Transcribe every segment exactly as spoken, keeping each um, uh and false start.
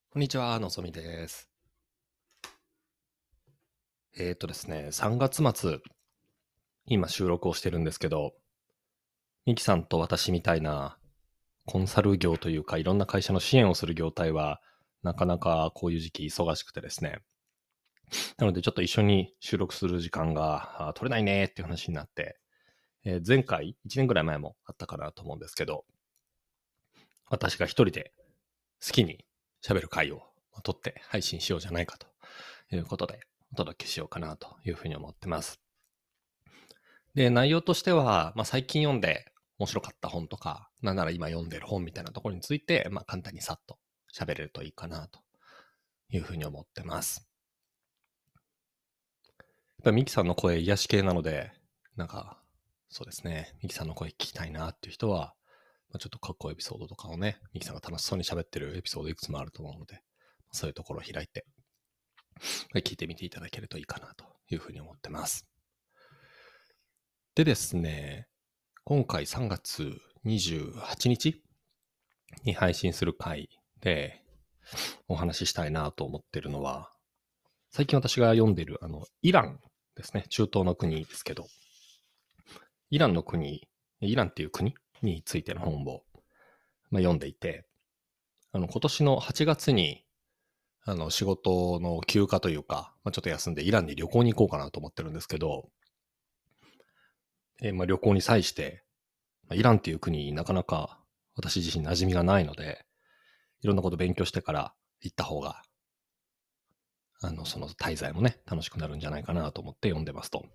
こんにちは、のぞみです。えーとですね、さんがつ末、今収録をしてるんですけど、ミキさんと私みたいなコンサル業というか、いろんな会社の支援をする業態は、なかなかこういう時期忙しくてですね。なのでちょっと一緒に収録する時間があ取れないねっていう話になって、えー前回、いちねんぐらい前もあったかなと思うんですけど、私が一人で好きに喋る回を撮って配信しようじゃないかということで、お届けしようかなというふうに思ってます。で、内容としては、まあ、最近読んで面白かった本とか、なんなら今読んでる本みたいなところについて、まあ、簡単にさっと喋れるといいかなというふうに思ってます。やっぱりミキさんの声癒し系なので、なんか、そうですね、ミキさんの声聞きたいなっていう人は、まあ、ちょっとかっこいいエピソードとかをね、ミキさんが楽しそうに喋ってるエピソードいくつもあると思うので、そういうところを開いて、聞いてみていただけるといいかなというふうに思ってます。でですね、今回さんがつにじゅうはちにちに配信する回でお話ししたいなと思ってるのは、最近私が読んでるあのイランですね、中東の国ですけど、イランの国、イランっていう国についての本を、まあ、読んでいて、あの今年のはちがつにあの仕事の休暇というか、まあ、ちょっと休んでイランに旅行に行こうかなと思ってるんですけど、えーまあ、旅行に際して、まあ、イランっていう国なかなか私自身馴染みがないので、いろんなこと勉強してから行った方があの、その滞在もね、楽しくなるんじゃないかなと思って読んでますと。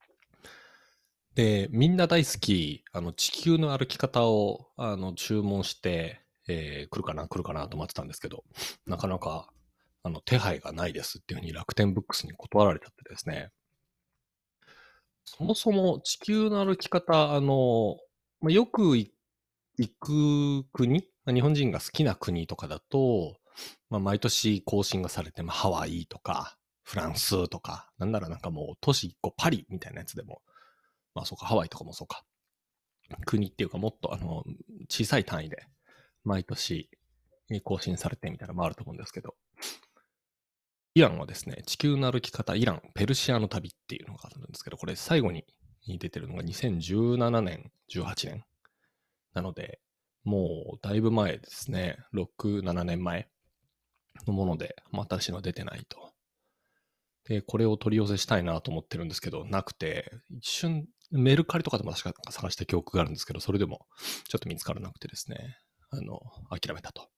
で、みんな大好き、あの、地球の歩き方を、あの、注文して、えー来るかな、来るかなと待ってたんですけど、なかなか、あの、手配がないですっていうふうに楽天ブックスに断られちゃってですね、そもそも地球の歩き方、あの、まあ、よく行く国、まあ日本人が好きな国とかだと、まあ、毎年更新がされて、まあ、ハワイとか、フランスとか、なんならなんかもう都市いっこパリみたいなやつでも、まあそうか、ハワイとかもそうか、国っていうかもっとあの、小さい単位で、毎年更新されてみたいなのもあると思うんですけど、イランはですね、地球の歩き方、イラン、ペルシアの旅っていうのがあるんですけど、これ最後に出てるのがにせんじゅうななねん、じゅうはちねん。なので、もうだいぶ前ですね。ろく、ななねんまえのもので、まあ、新しいのは出てないと。で、これを取り寄せしたいなと思ってるんですけど、なくて、一瞬メルカリとかでも確か探した記憶があるんですけど、それでもちょっと見つからなくてですね、あの、諦めたと。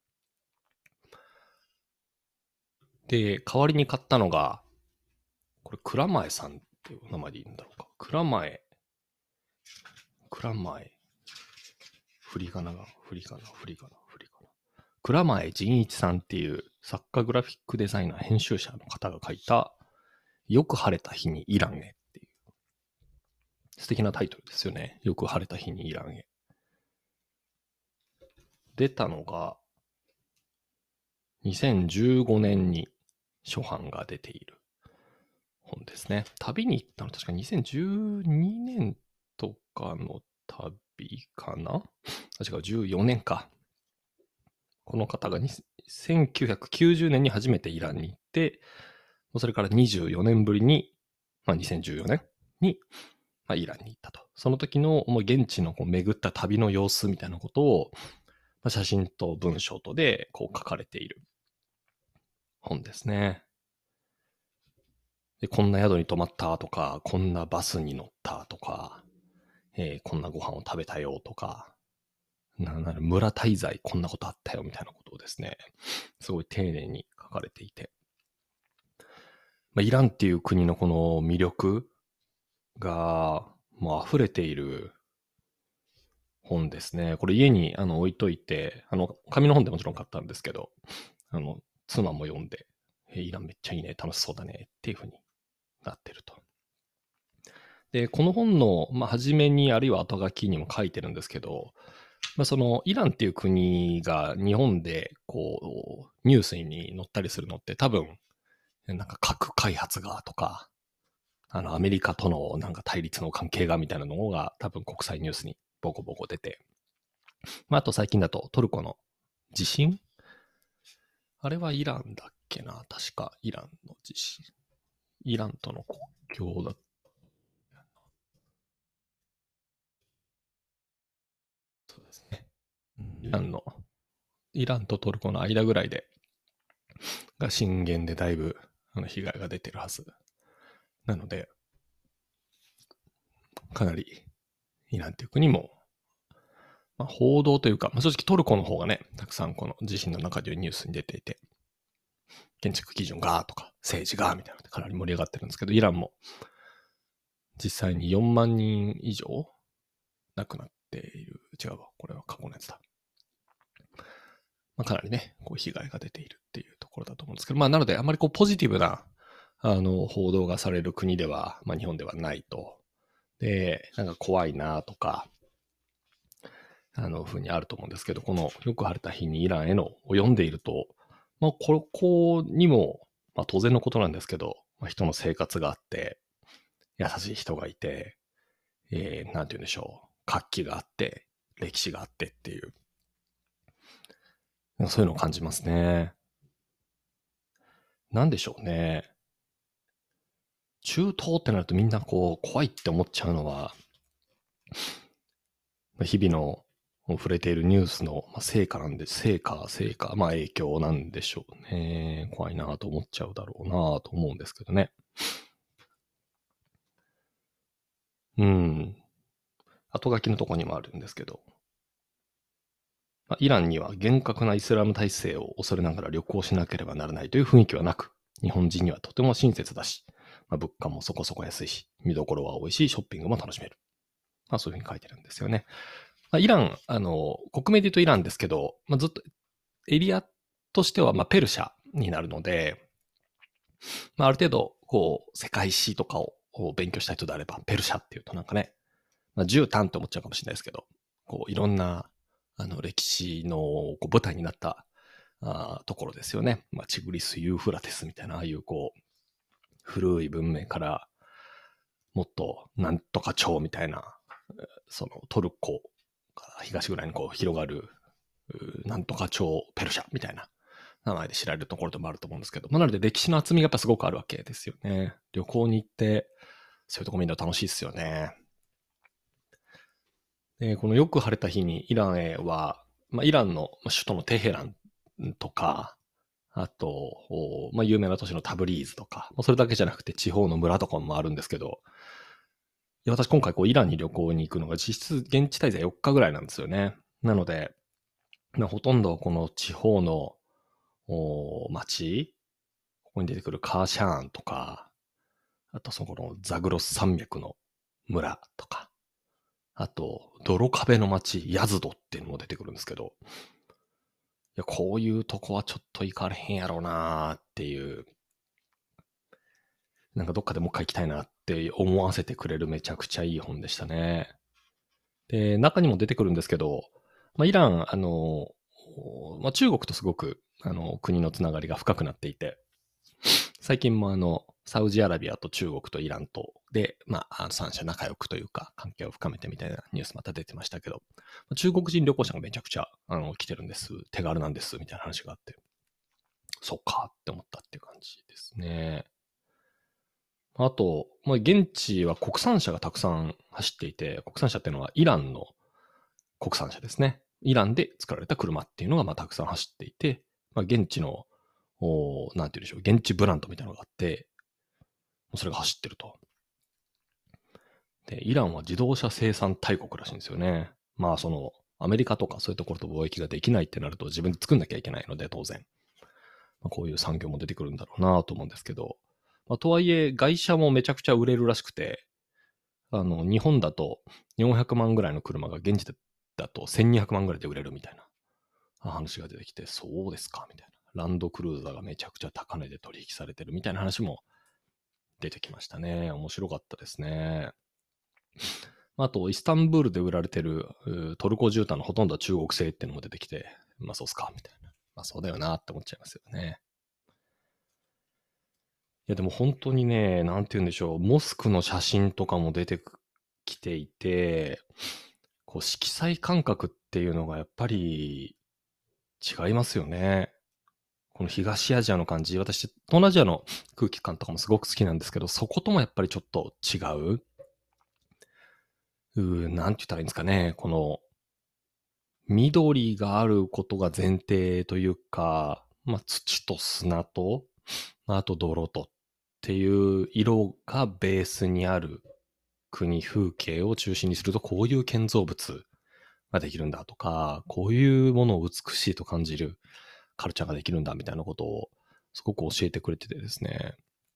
で、代わりに買ったのが、これ、蔵前さんっていう名前でいいんだろうか。蔵前、蔵前、振り仮名が、振り仮名、振り仮名、振り仮名。蔵前仁一さんっていう作家グラフィックデザイナー編集者の方が書いた、よく晴れた日にイランへっていう素敵なタイトルですよね。よく晴れた日にイランへ。出たのがにせんじゅうごねんに初版が出ている本ですね。旅に行ったの確かにせんじゅうにねんとかの旅かな。確かじゅうよねんか。この方がせんきゅうひゃくきゅうじゅうねんに初めてイランに行って、それからにじゅうよねんぶりに、まあ、にせんじゅうよねんに、まあ、イランに行ったと。その時のもう現地のこう巡った旅の様子みたいなことを、まあ、写真と文章とでこう書かれている本ですね。で、こんな宿に泊まったとか、こんなバスに乗ったとか、えーこんなご飯を食べたよとか、なんなら村滞在こんなことあったよみたいなことをですね、すごい丁寧に書かれていて、まあ、イランっていう国のこの魅力がもう溢れている本ですね。これ家にあの置いといて、あの、紙の本でもちろん買ったんですけど、あの、妻も読んで、えイランめっちゃいいね、楽しそうだねっていう風になってると。で、この本の、まあ、初めにあるいは後書きにも書いてるんですけど、まあ、そのイランっていう国が日本でこうニュースに載ったりするのって多分なんか核開発がとか、あのアメリカとのなんか対立の関係がみたいなのが多分国際ニュースにボコボコ出て、まあ、あと最近だとトルコの地震あれはイランだっけな、確かイランの地震。イランとの国境だ。そうですね。イランの、イランとトルコの間ぐらいで、が震源でだいぶあの被害が出てるはず。なので、かなりイランという国も、まあ、報道というか、まあ、正直トルコの方がね、たくさんこの地震の中でニュースに出ていて、建築基準がとか、政治がみたいなのでかなり盛り上がってるんですけど、イランも実際によんまんにん以上亡くなっている。違うわ。これは過去のやつだ。まあ、かなりね、こう被害が出ているっていうところだと思うんですけど、まあなのであんまりこうポジティブなあの報道がされる国では、まあ日本ではないと。で、なんか怖いなとか、あのふうにあると思うんですけど、このよく晴れた日にイランへのを読んでいると、まあここにも、まあ当然のことなんですけど、まあ、人の生活があって、優しい人がいて、えー、なんて言うんでしょう。活気があって、歴史があってっていう、そういうのを感じますね。なんでしょうね。中東ってなるとみんなこう怖いって思っちゃうのは、日々の触れているニュースの成果なんで、成果、成果、まあ影響なんでしょうね。怖いなと思っちゃうだろうなと思うんですけどね。うん。後書きのとこにもあるんですけど、まあ、イランには厳格なイスラム体制を恐れながら旅行しなければならないという雰囲気はなく、日本人にはとても親切だし、まあ、物価もそこそこ安いし、見どころは多いし、ショッピングも楽しめる。まあそういうふうに書いてるんですよね。まあ、イラン、あの、国名で言うとイランですけど、まあ、ずっとエリアとしてはまあペルシャになるので、まあ、ある程度、こう、世界史とかを勉強した人であれば、ペルシャっていうとなんかね、まあ、絨毯って思っちゃうかもしれないですけど、こう、いろんな、あの、歴史のこう舞台になったあところですよね。まあ、チグリス・ユーフラテスみたいな、ああいうこう、古い文明から、もっとなんとか朝みたいな、そのトルコから東ぐらいにこう広がる、なんとか朝ペルシャみたいな名前で知られるところでもあると思うんですけど、まあ、なので歴史の厚みがやっぱすごくあるわけですよね。旅行に行って、そういうとこ見るの楽しいですよね。で、このよく晴れた日にイランへは、まあ、イランの首都のテヘランとか、あと、まあ、有名な都市のタブリーズとか、それだけじゃなくて地方の村とかもあるんですけど、いや私今回こうイランに旅行に行くのが実質現地滞在よっかぐらいなんですよね。なので、まあ、ほとんどこの地方の町、ここに出てくるカーシャーンとか、あとそこのザグロス山脈の村とか、あと泥壁の町、ヤズドっていうのも出てくるんですけど、いや、こういうとこはちょっと行かれへんやろうなーっていう、なんかどっかでもう一回行きたいなって思わせてくれるめちゃくちゃいい本でしたね。で、中にも出てくるんですけど、まあ、イラン、あの、まあ、中国とすごく、あの、国のつながりが深くなっていて、最近もあの、サウジアラビアと中国とイランとで、まあ、三者仲良くというか、関係を深めてみたいなニュースまた出てましたけど、中国人旅行者がめちゃくちゃ、あの、来てるんです。手軽なんです。みたいな話があって、そっかって思ったっていう感じですね。あと、まあ、現地は国産車がたくさん走っていて、国産車っていうのはイランの国産車ですね。イランで作られた車っていうのがまあたくさん走っていて、まあ、現地の、おなんて言うんでしょう、現地ブランドみたいなのがあって、それが走ってると。で、イランは自動車生産大国らしいんですよね。まあ、その、アメリカとかそういうところと貿易ができないってなると自分で作んなきゃいけないので、当然。まあ、こういう産業も出てくるんだろうなと思うんですけど、まあ、とはいえ、外車もめちゃくちゃ売れるらしくて、あの、日本だとよんひゃくまんぐらいの車が現地だとせんにひゃくまんぐらいで売れるみたいな話が出てきて、そうですかみたいな。ランドクルーザーがめちゃくちゃ高値で取引されてるみたいな話も出てきましたね。面白かったですね。あと、イスタンブールで売られてるトルコ絨毯のほとんどは中国製っていうのも出てきて、まあそうっすかみたいな。まあそうだよなって思っちゃいますよね。いやでも本当にね、なんて言うんでしょう、モスクの写真とかも出てきていて、こう色彩感覚っていうのがやっぱり違いますよね。 この東アジアの感じ、私、東南アジアの空気感とかもすごく好きなんですけど、そこともやっぱりちょっと違う。うーなんて言ったらいいんですかね。この、緑があることが前提というか、まあ、土と砂と、まあ、あと泥とっていう色がベースにある国、風景を中心にすると、こういう建造物ができるんだとか、こういうものを美しいと感じるカルチャーができるんだみたいなことをすごく教えてくれててですね。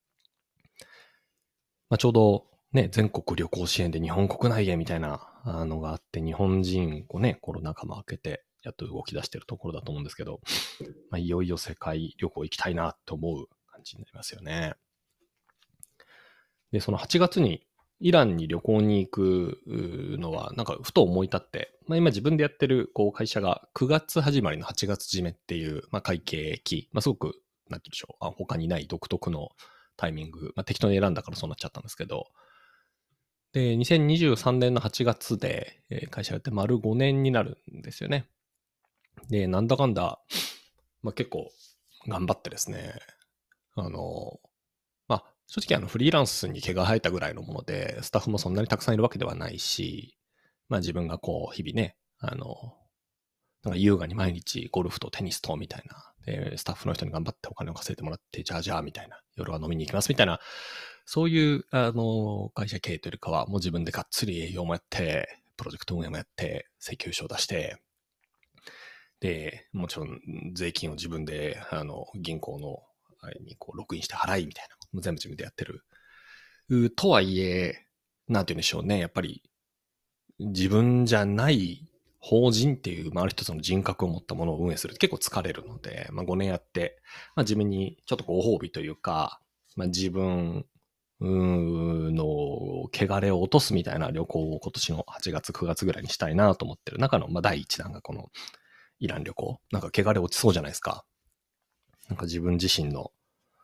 まあ、ちょうどね、全国旅行支援で日本国内へみたいなのがあって、日本人、こうね、コロナ禍も明けて、やっと動き出してるところだと思うんですけど、まあ、いよいよ世界旅行行きたいなと思う感じになりますよね。で、そのはちがつにイランに旅行に行くのは、なんかふと思い立って、まあ、今自分でやってるこう会社がくがつ始まりのはちがつ締めっていう、まあ、会計期、まあ、すごく、なんて言うんでしょう、あ他にない独特のタイミング、まあ、適当に選んだからそうなっちゃったんですけど、で、にせんにじゅうさんねんのはちがつで、えー会社やって丸ごねんになるんですよね。で、なんだかんだ、まあ、結構頑張ってですね、あの、まあ、正直あのフリーランスに毛が生えたぐらいのもので、スタッフもそんなにたくさんいるわけではないし、まあ自分がこう日々ね、あの、なんか優雅に毎日ゴルフとテニスとみたいな、で、スタッフの人に頑張ってお金を稼いでもらって、じゃあじゃあみたいな、夜は飲みに行きますみたいな、そういう、あの、会社経営というよりかは、もう自分でがっつり営業もやって、プロジェクト運営もやって、請求書を出して、で、もちろん税金を自分で、あの、銀行の、あれにこう、ログインして払いみたいな、もう全部自分でやってる。うとはいえ、なんて言うんでしょうね。やっぱり、自分じゃない法人っていう、まあ、ある一つの人格を持ったものを運営するって結構疲れるので、まあ、ごねんやって、まあ、自分にちょっとご褒美というか、まあ、自分の汚れを落とすみたいな旅行を今年のはちがつ、くがつぐらいにしたいなと思ってる中の、まあ、第一弾がこのイラン旅行。なんか汚れ落ちそうじゃないですか。なんか自分自身の、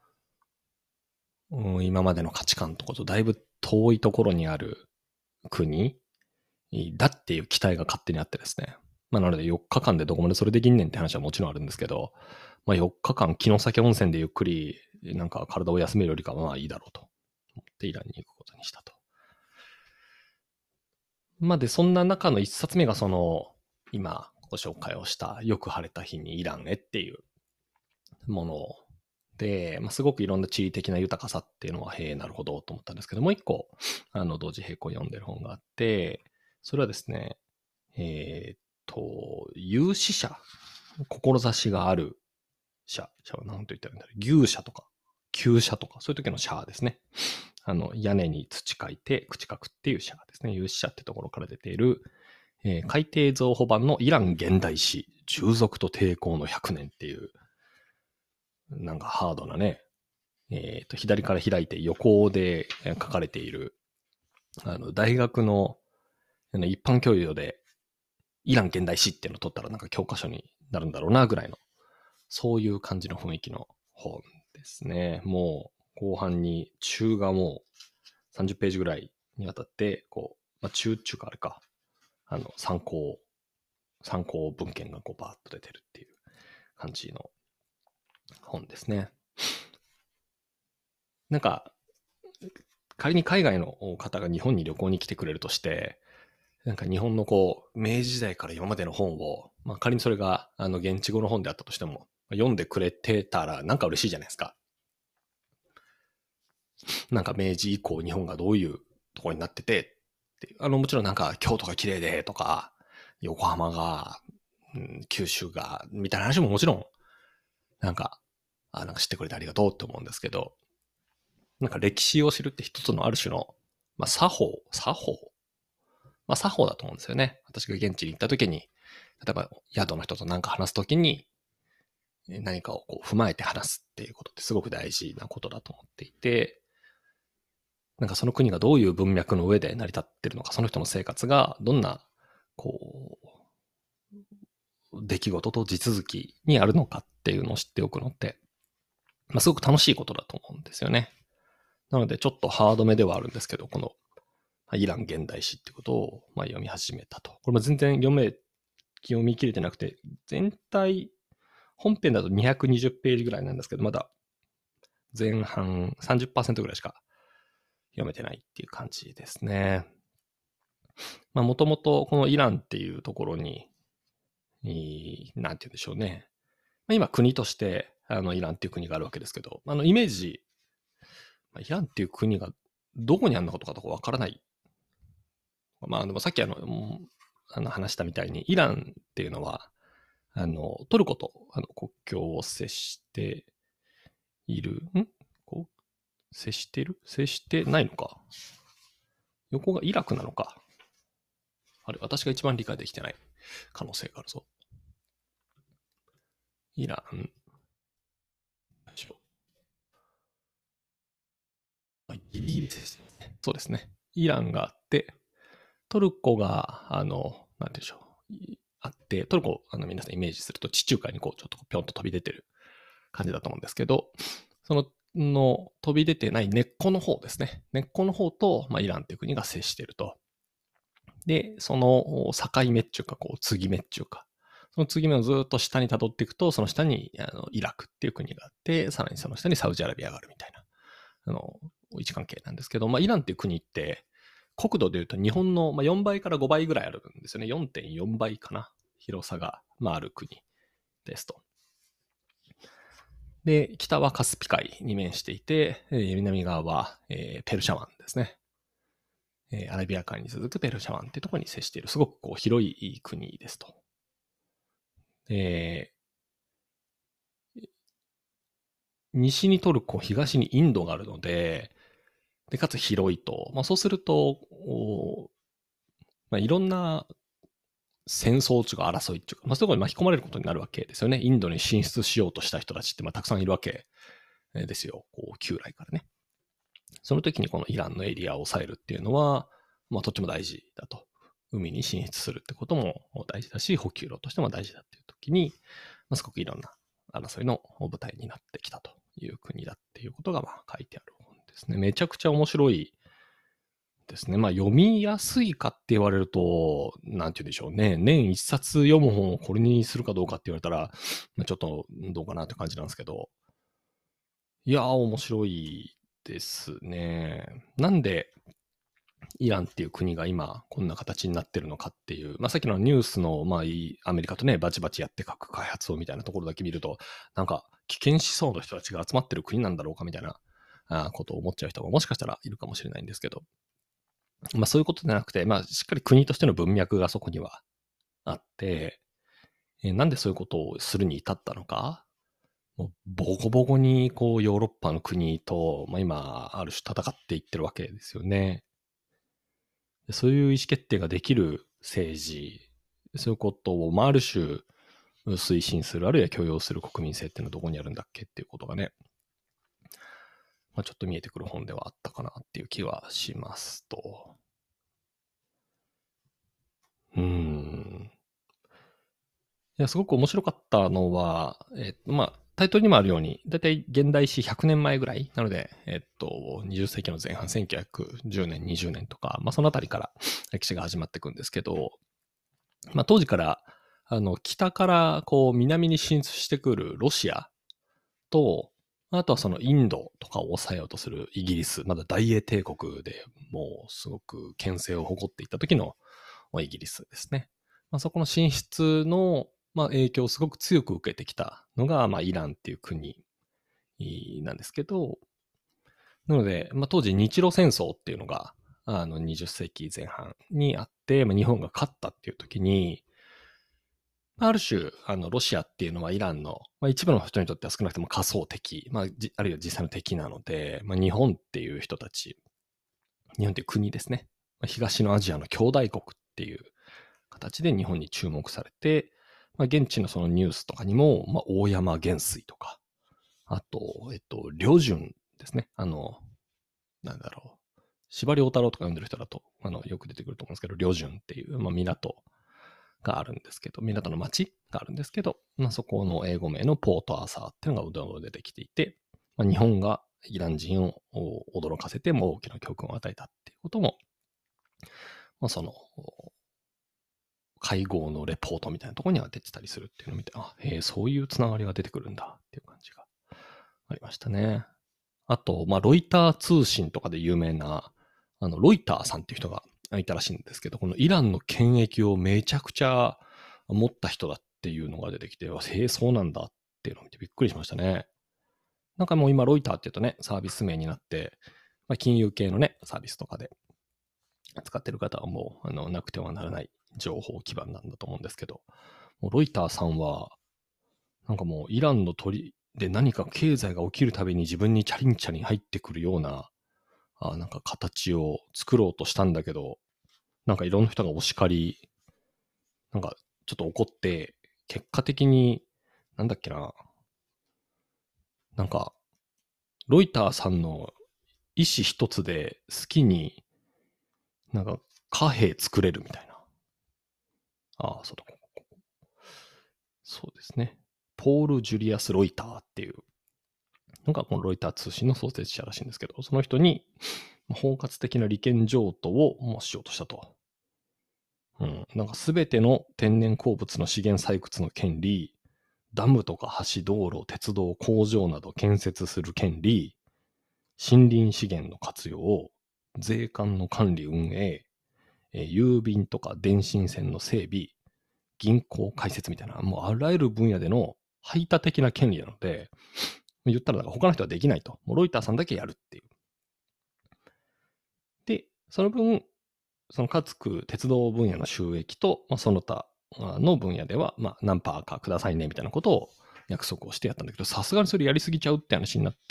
うん、今までの価値観とことだいぶ遠いところにある国だっていう期待が勝手にあってですね。まあなのでよっかかんでどこまでそれできんねんって話はもちろんあるんですけど、まあよっかかん城崎温泉でゆっくりなんか体を休めるよりかはまあいいだろうと思ってイランに行くことにしたと。まあでそんな中の一冊目がその今ご紹介をしたよく晴れた日にイランへっていうもので、まあ、すごくいろんな地理的な豊かさっていうのは、へえ、なるほどと思ったんですけど、もう一個、あの、同時並行読んでる本があって、それはですね、えーっと、有志者、志がある者、者は何と言ったらいいんだろう、牛舎とか、厩舎とか、そういう時の舎ですね。あの、屋根に土書いて、口書くっていう舎ですね。有志者ってところから出ている、えー海底造補版のイラン現代史、従属と抵抗のひゃくねんっていう、なんかハードなね、えっ、と、左から開いて横で書かれている、あの、大学のあの一般教養でイラン現代史っていうのを取ったらなんか教科書になるんだろうなぐらいの、そういう感じの雰囲気の本ですね。もう後半に中がもうさんじゅっページぐらいにわたって、こう、まあ、中中かあれか、あの、参考、参考文献がこうバーッと出てるっていう感じの本ですね。なんか、仮に海外の方が日本に旅行に来てくれるとして、なんか日本のこう、明治時代から今までの本を、まあ仮にそれがあの現地語の本であったとしても、読んでくれてたらなんか嬉しいじゃないですか。なんか明治以降日本がどういうところになっててっていう、あのもちろんなんか京都が綺麗でとか、横浜が、うん、九州が、みたいな話ももちろん、なんか、あなんか知ってくれてありがとうって思うんですけど、なんか歴史を知るって一つのある種の、まあ作法、作法まあ作法だと思うんですよね。私が現地に行った時に、例えば宿の人と何か話す時に、何かをこう踏まえて話すっていうことってすごく大事なことだと思っていて、なんかその国がどういう文脈の上で成り立ってるのか、その人の生活がどんな、こう、出来事と地続きにあるのかっていうのを知っておくのって、まあすごく楽しいことだと思うんですよね。なのでちょっとハードめではあるんですけど、このイラン現代史ってことをまあ読み始めたと。これも全然読め、読み切れてなくて、全体、 本編だとにひゃくにじゅうページぐらいなんですけど、まだ前半 さんじゅっパーセント ぐらいしか読めてないっていう感じですね。まあもともとこのイランっていうところに、なんて言うんでしょうね。まあ、今国としてあのイランっていう国があるわけですけど、あのイメージ、イランっていう国がどこにあるのかとかとかわからない。まあでもさっきあの、あの話したみたいに、イランっていうのは、あの、トルコとあの国境を接している、んこう接してる接してないのか。横がイラクなのか。あれ、私が一番理解できてない可能性があるぞ。イラン。ギリギリですね。そうですね。イランがあって、トルコが、あの、なんていうんでしょう。あって、トルコ、あの、皆さんイメージすると地中海にこう、ちょっとぴょんと飛び出てる感じだと思うんですけど、その、の飛び出てない根っこの方ですね。根っこの方と、まあ、イランっていう国が接していると。で、その境目っていうか、こう、継ぎ目っていうか、その継ぎ目をずっと下に辿っていくと、その下にあのイラクっていう国があって、さらにその下にサウジアラビアがあるみたいな、あの、位置関係なんですけど、まあ、イランっていう国って、国土でいうと日本のよんばいからごばいぐらいあるんですよね。よんてんよんばいかな。広さが、まあ、ある国ですと。で、北はカスピ海に面していて、南側は、えー、ペルシャ湾ですね。えー、アラビア海に続くペルシャ湾っていうところに接している、すごくこう広い国ですと。で、西にトルコ、東にインドがあるので、で、かつ広いと、まあ、そうすると、まあ、いろんな戦争というか争いっていうか、まあ、そういうところに巻き込まれることになるわけですよね。インドに進出しようとした人たちって、まあ、たくさんいるわけですよ。こう、旧来からね。その時にこのイランのエリアを抑えるっていうのは、まあ、とっても大事だと。海に進出するってことも大事だし、補給路としても大事だっていう時に、まあ、すごくいろんな争いの舞台になってきたという国だっていうことがまあ書いてある本ですね。めちゃくちゃ面白いですね。まあ読みやすいかって言われると、なんて言うんでしょうね。年一冊読む本をこれにするかどうかって言われたら、まあ、ちょっとどうかなって感じなんですけど、いやー面白いですね。なんで、イランっていう国が今こんな形になってるのかっていう、まあ、さっきのニュースの、まあ、アメリカとね、バチバチやって核開発をみたいなところだけ見ると、なんか危険思想の人たちが集まってる国なんだろうかみたいなことを思っちゃう人がもしかしたらいるかもしれないんですけど、まあそういうことじゃなくて、まあしっかり国としての文脈がそこにはあって、えなんでそういうことをするに至ったのか、もうボコボコにこうヨーロッパの国と、まあ、今ある種戦っていってるわけですよね。そういう意思決定ができる政治、そういうことを、まあ、ある種推進する、あるいは許容する国民性っていうのはどこにあるんだっけっていうことがね、まあ、ちょっと見えてくる本ではあったかなっていう気はしますと。うーん。いや、すごく面白かったのは、えっと、まあ、タイトルにもあるように、だいたい現代史ひゃくねんまえぐらいなので、えっと、にじゅっせいきの前半、せんきゅうひゃくじゅうねん、にじゅうねんとか、まあ、そのあたりから歴史が始まっていくんですけど、まあ、当時から、あの、北から、こう、南に進出してくるロシアと、あとはそのインドとかを抑えようとするイギリス、まだ大英帝国でもうすごく牽制を誇っていた時のイギリスですね。まあ、そこの進出の、まあ、影響をすごく強く受けてきたのが、まあ、イランっていう国なんですけど、なので、まあ、当時日露戦争っていうのが、あの、にじゅっせいきぜん半にあって、まあ、日本が勝ったっていう時に、ある種、あの、ロシアっていうのはイランの、まあ、一部の人にとっては少なくとも仮想敵、まあ、あるいは実際の敵なので、まあ、日本っていう人たち、日本っていう国ですね。まあ、東のアジアの兄弟国っていう形で日本に注目されて、まあ、現地のそのニュースとかにも、まあ、大山元帥とか、あと、えっと、旅順ですね。あの、なんだろう。司馬遼太郎とか読んでる人だと、あの、よく出てくると思うんですけど、旅順っていう、まあ、港があるんですけど、港の町があるんですけど、まあ、そこの英語名のポートアーサーっていうのがうどんどん出てきていて、まあ、日本がイラン人を驚かせても大きな教訓を与えたっていうことも、まあ、その会合のレポートみたいなところには出てたりするっていうのを見て、あ、へえ、そういうつながりが出てくるんだっていう感じがありましたね。あと、まあ、ロイター通信とかで有名な、あの、ロイターさんっていう人がいたらしいんですけど、このイランの権益をめちゃくちゃ持った人だっていうのが出てきて、へえ、そうなんだっていうのを見てびっくりしましたね。なんかもう今、ロイターっていうとね、サービス名になって、まあ、金融系のね、サービスとかで使ってる方はもう、あの、なくてはならない情報基盤なんだと思うんですけど、もうロイターさんは、なんかもうイランの鳥で何か経済が起きるたびに自分にチャリンチャリン入ってくるような、あなんか形を作ろうとしたんだけど、なんかいろんな人がお叱り、なんかちょっと怒って、結果的に、なんだっけな、なんか、ロイターさんの意思一つで好きになんか貨幣作れるみたいな。ああ、そうだ。そうですね。ポール・ジュリアス・ロイターっていう、なんかこのロイター通信の創設者らしいんですけど、その人に包括的な利権譲渡をもうしようとしたと。うん。なんかすべての天然鉱物の資源採掘の権利、ダムとか橋、道路、鉄道、工場など建設する権利、森林資源の活用、税関の管理運営、えー郵便とか電信線の整備、銀行開設みたいな、もうあらゆる分野での排他的な権利なので、言ったらなんか他の人はできないと。もうロイターさんだけやるっていう。で、その分、そのかつく鉄道分野の収益と、まあ、その他の分野では、まあ、何パーかくださいねみたいなことを約束をしてやったんだけど、さすがにそれやりすぎちゃうって話になって、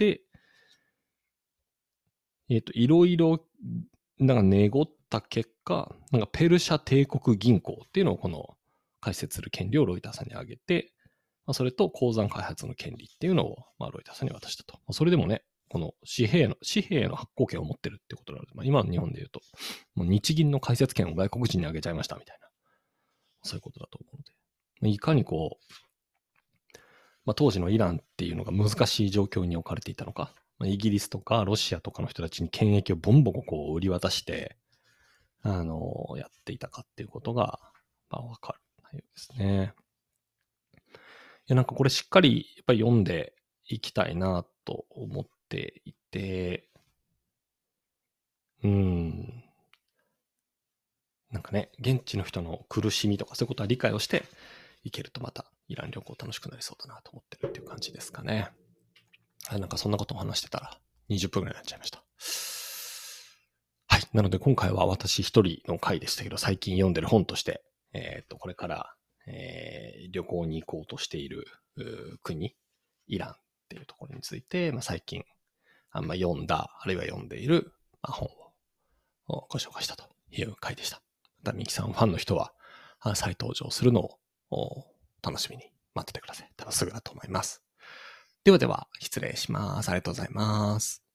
えっと、いろいろ、なんか寝ごった結果、なんかペルシャ帝国銀行っていうのをこの開設する権利をロイターさんにあげて、まあ、それと鉱山開発の権利っていうのを、まあ、ロイターさんに渡したと。まあ、それでもね、この紙幣の、紙幣の発行権を持ってるってことなので、まあ、今の日本で言うと、もう日銀の開設権を外国人にあげちゃいましたみたいな、そういうことだと思うので、まあ、いかにこう、まあ、当時のイランっていうのが難しい状況に置かれていたのか、まあ、イギリスとかロシアとかの人たちに権益をボンボコこう売り渡して、あの、やっていたかっていうことが、まあ、わかる内容ですね。いや、なんかこれしっかりやっぱり読んでいきたいなと思っていて、うーん。なんかね、現地の人の苦しみとかそういうことは理解をしていけるとまたイラン旅行楽しくなりそうだなと思ってるっていう感じですかね。なんかそんなことを話してたらにじゅっぷんぐらいになっちゃいました。はい。なので今回は私一人の回でしたけど、最近読んでる本として、えっと、これから、えー、旅行に行こうとしている国、イランっていうところについて、まあ、最近あんま読んだ、あるいは読んでいる、まあ、本をご紹介したという回でした。またミキさんファンの人は再登場するのを楽しみに待っててください。多分すぐだと思います。ではでは、失礼します。ありがとうございます。